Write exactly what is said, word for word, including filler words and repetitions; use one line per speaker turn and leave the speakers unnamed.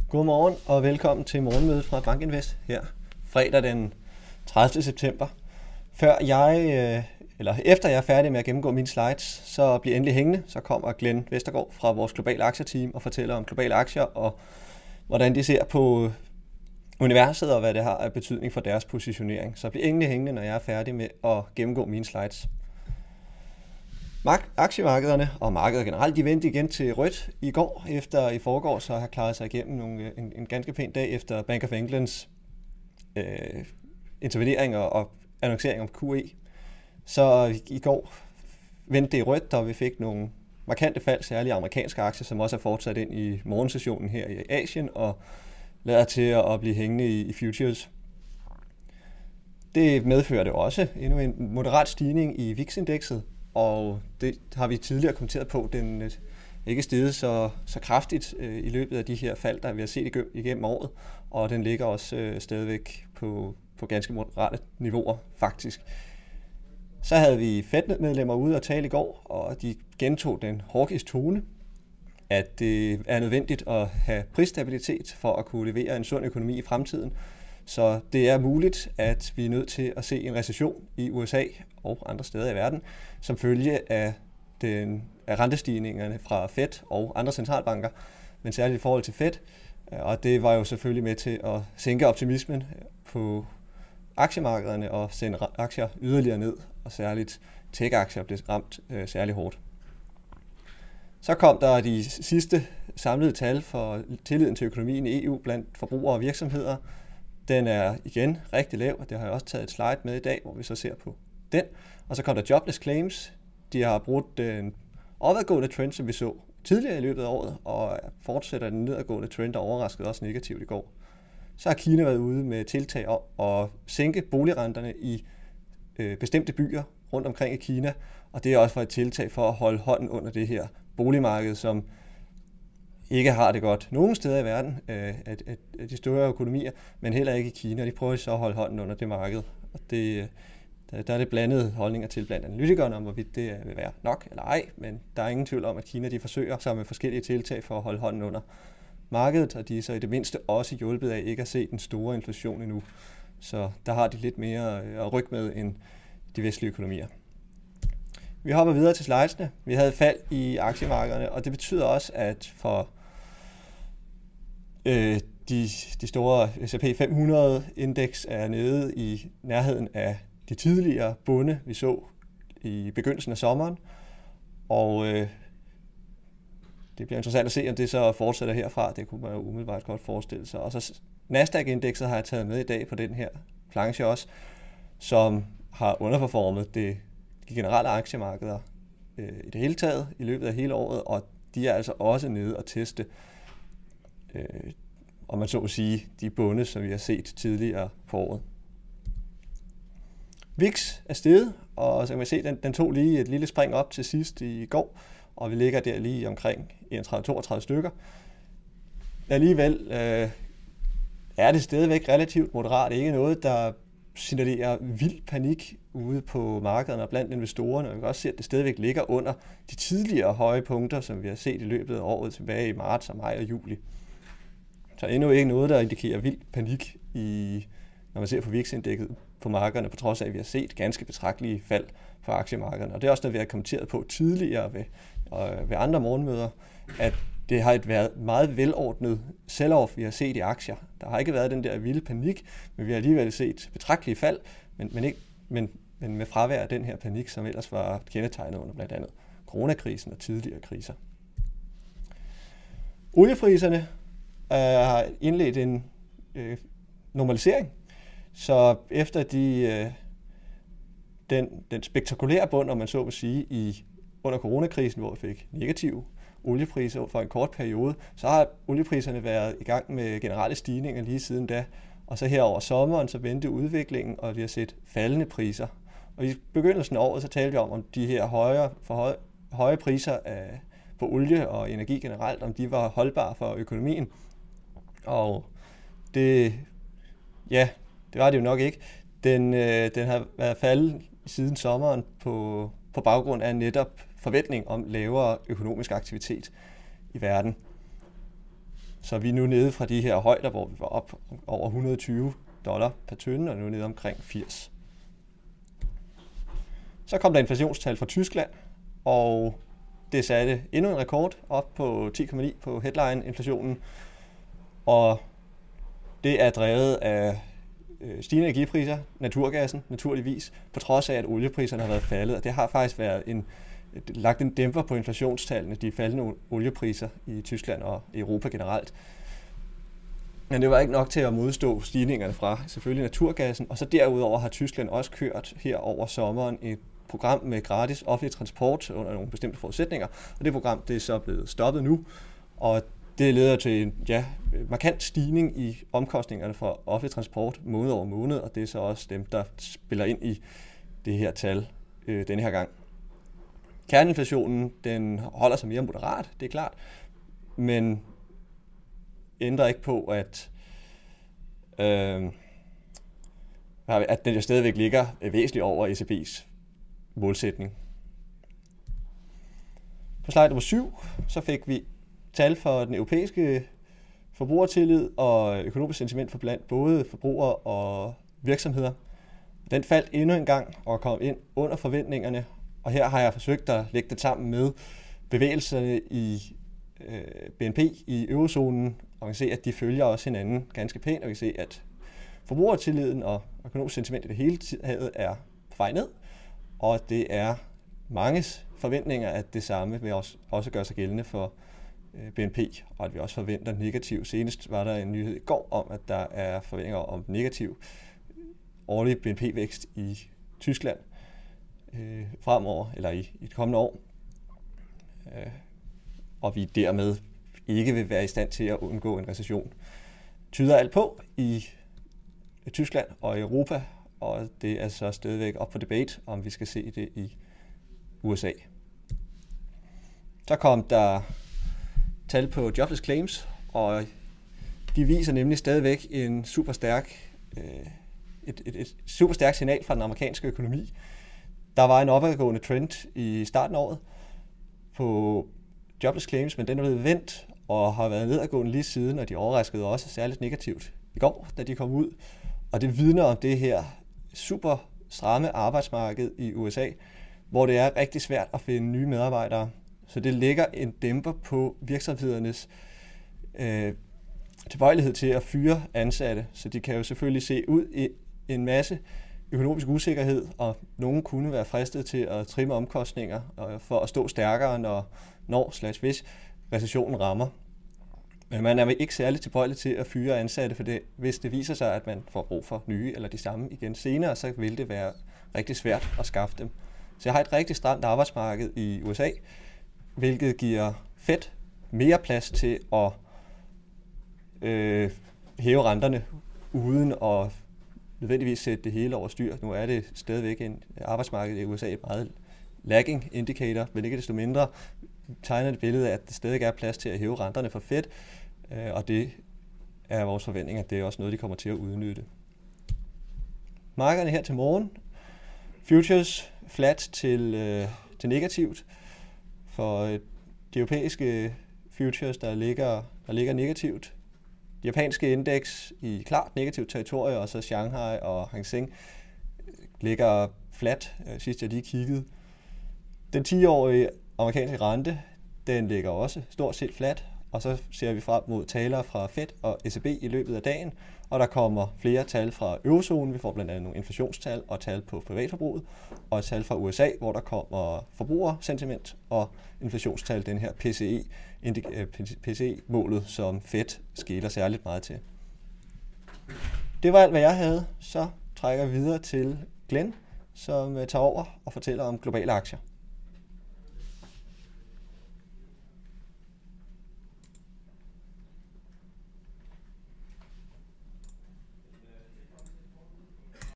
Godmorgen og velkommen til morgenmødet fra BankInvest her fredag den tredivte september. Før jeg, eller efter jeg er færdig med at gennemgå mine slides, så bliver endelig hængende. Så kommer Glenn Vestergaard fra vores globale aktieteam og fortæller om globale aktier og hvordan de ser på universet og hvad det har af betydning for deres positionering. Så bliver endelig hængende, når jeg er færdig med at gennemgå mine slides. Aktiemarkederne og markedet generelt, de vendte igen til rødt i går, efter i forgår så har klaret sig igennem nogle, en, en ganske pæn dag efter Bank of Englands øh, interveneringer og annoncering om Q E. Så i går vendte det i rødt, og vi fik nogle markante fald, særligt amerikanske aktier, som også er fortsat ind i morgensessionen her i Asien og lader til at blive hængende i, i futures. Det medførte også endnu en moderat stigning i V I X-indekset, og det har vi tidligere kommenteret på, den ikke steget så, så kraftigt øh, i løbet af de her fald, der vi har set igennem året, og den ligger også øh, stadigvæk på, på ganske moderate niveauer faktisk. Så havde vi Fed-medlemmer ude og tale i går, og de gentog den hawkish tone, at det er nødvendigt at have prisstabilitet for at kunne levere en sund økonomi i fremtiden. Så det er muligt, at vi er nødt til at se en recession i U S A og andre steder i verden, som følge af, den, af rentestigningerne fra Fed og andre centralbanker, men særligt i forhold til Fed. Og det var jo selvfølgelig med til at sænke optimismen på aktiemarkederne og sende aktier yderligere ned, og særligt tech-aktier blev ramt øh, særlig hårdt. Så kom der de sidste samlede tal for tilliden til økonomien i E U blandt forbrugere og virksomheder. Den er igen rigtig lav, og det har jeg også taget et slide med i dag, hvor vi så ser på den. Og så kom der jobless claims. De har brugt den opadgående trend, som vi så tidligere i løbet af året, og fortsætter den nedadgående trend, der overraskede også negativt i går. Så har Kina været ude med tiltag om at sænke boligrenterne i øh, bestemte byer rundt omkring i Kina, og det er også for et tiltag for at holde hånden under det her boligmarked, som ikke har det godt nogen steder i verden øh, af, af de store økonomier, men heller ikke i Kina. De prøver så at holde hånden under det marked. Og det, der, der er det blandede holdninger til blandt analytikerne om, hvorvidt det vil være nok eller ej, men der er ingen tvivl om, at Kina de forsøger sig med forskellige tiltag for at holde hånden under markedet, og de er så i det mindste også hjulpet af ikke at se den store inflation endnu. Så der har de lidt mere at rykke med end de vestlige økonomier. Vi hopper videre til slidesene. Vi havde fald i aktiemarkederne, og det betyder også, at for øh, de, de store S and P fem hundrede indeks er nede i nærheden af de tidligere bunde, vi så i begyndelsen af sommeren. Og øh, det bliver interessant at se, om det så fortsætter herfra. Det kunne man jo umiddelbart godt forestille sig. Og så Nasdaq-indekset har jeg taget med i dag på den her planche også, som har underperformet det de generelle aktiemarkeder øh, i det hele taget i løbet af hele året, og de er altså også nede og teste, øh, om man så at sige, de bunde, som vi har set tidligere på året. V I X er steget, og så kan man se, at den, den tog lige et lille spring op til sidst i går, og vi ligger der lige omkring enogtredive til toogtredive stykker. Alligevel øh, er det stadigvæk relativt moderat, ikke noget, der signalerer vild panik ude på markederne og blandt investorerne, og vi kan også se, at det stadigvæk ligger under de tidligere høje punkter, som vi har set i løbet af året tilbage i marts og maj og juli. Så endnu ikke noget, der indikerer vild panik, i, når man ser på V I X-indekset på markederne, på trods af, at vi har set ganske betragtelige fald på aktiemarkederne. Og det er også noget, vi har kommenteret på tidligere ved, øh, ved andre morgenmøder, at det har været meget velordnet sell-off, vi har set i aktier. Der har ikke været den der vilde panik, men vi har alligevel set betragtelige fald, men, men, ikke, men, men med fravær af den her panik, som ellers var kendetegnet under blandt andet coronakrisen og tidligere kriser. Oliepriserne øh, har indledt en øh, normalisering, så efter de, øh, den, den spektakulære bund, om man så vil sige, i, under coronakrisen, hvor vi fik negative oliepriser for en kort periode, så har oliepriserne været i gang med generelle stigninger lige siden da, og så her over sommeren, så vendte udviklingen, og vi har set faldende priser. Og i begyndelsen af året, så talte vi om, om de her høje, for høje, høje priser af, på olie og energi generelt, om de var holdbare for økonomien. Og det, ja, det var det jo nok ikke. Den, øh, den har været faldet siden sommeren på, på baggrund af netop forventning om lavere økonomisk aktivitet i verden. Så vi er nu nede fra de her højder, hvor vi var op over et hundrede og tyve dollar per tønde, og nu nede omkring firs. Så kom der inflationstal fra Tyskland, og det satte endnu en rekord op på ti komma ni på headline-inflationen, og det er drevet af stigende energipriser, naturgassen naturligvis, på trods af, at oliepriserne har været faldet, og det har faktisk været en, lagt en dæmper på inflationstallene, de faldende oliepriser i Tyskland og Europa generelt. Men det var ikke nok til at modstå stigningerne fra selvfølgelig naturgassen, og så derudover har Tyskland også kørt her over sommeren et program med gratis offentlig transport under nogle bestemte forudsætninger, og det program det er så blevet stoppet nu, og det leder til en ja, markant stigning i omkostningerne for offentlig transport måned over måned, og det er så også dem, der spiller ind i det her tal øh, denne her gang. Kerneinflationen den holder sig mere moderat, det er klart, men ændrer ikke på, at, øh, at den jo stadigvæk ligger væsentligt over E C B's målsætning. På slide nummer syv, så fik vi tal for den europæiske forbrugertillid og økonomisk sentiment for blandt både forbrugere og virksomheder. Den faldt endnu en gang og kom ind under forventningerne, og her har jeg forsøgt at lægge det sammen med bevægelserne i øh, B N P i eurozonen, og man kan se, at de følger også hinanden ganske pænt, og vi kan se, at forbrugertilliden og økonomisk sentiment i det hele taget er på vej ned, og det er manges forventninger, at det samme vil også, også gøre sig gældende for B N P, og at vi også forventer negativ. Senest var der en nyhed i går om, at der er forventninger om negativ årlig B N P-vækst i Tyskland øh, fremover, eller i, i det kommende år. Øh, og vi dermed ikke vil være i stand til at undgå en recession. Tyder alt på i Tyskland og Europa, og det er så stadigvæk op for debat, om vi skal se det i U S A. Så kom der tal på jobless claims, og de viser nemlig stadigvæk en super stærk, øh, et, et, et super stærkt signal fra den amerikanske økonomi. Der var en opadgående trend i starten af året på jobless claims, men den er blevet vendt og har været nedadgående lige siden, og de overraskede også særligt negativt i går, da de kom ud. Og det vidner om det her super stramme arbejdsmarked i U S A, hvor det er rigtig svært at finde nye medarbejdere. Så det lægger en dæmper på virksomhedernes øh, tilbøjelighed til at fyre ansatte. Så de kan jo selvfølgelig se ud i en masse økonomisk usikkerhed, og nogen kunne være fristet til at trimme omkostninger øh, for at stå stærkere, når, når slash hvis recessionen rammer. Men man er ikke særlig tilbøjelig til at fyre ansatte, for det, hvis det viser sig, at man får brug for nye eller de samme igen senere, så vil det være rigtig svært at skaffe dem. Så jeg har et rigtig stramt arbejdsmarked i U S A, hvilket giver Fed mere plads til at øh, hæve renterne, uden at nødvendigvis sætte det hele over styr. Nu er det stadigvæk en arbejdsmarked i U S A et meget lagging indicator, men ikke desto mindre tegner det billede af, at der stadig er plads til at hæve renterne for Fed, øh, og det er vores forventning, at det er også noget, de kommer til at udnytte. Markederne her til morgen. Futures flat til, øh, til negativt. For de europæiske futures, der ligger, der ligger negativt. De japanske indeks i klart negativt territorie, og så Shanghai og Hang Seng ligger flat, sidst jeg lige kiggede. Den ti-årige amerikanske rente, den ligger også stort set flat, og så ser vi frem mod taler fra Fed og E C B i løbet af dagen, og der kommer flere tal fra eurozonen. Vi får blandt andet nogle inflationstal og tal på privatforbruget, og et tal fra U S A, hvor der kommer forbrugersentiment og inflationstal, den her P C E, P C E-målet, som Fed skeler særligt meget til. Det var alt, hvad jeg havde. Så trækker vi videre til Glenn, som tager over og fortæller om globale aktier.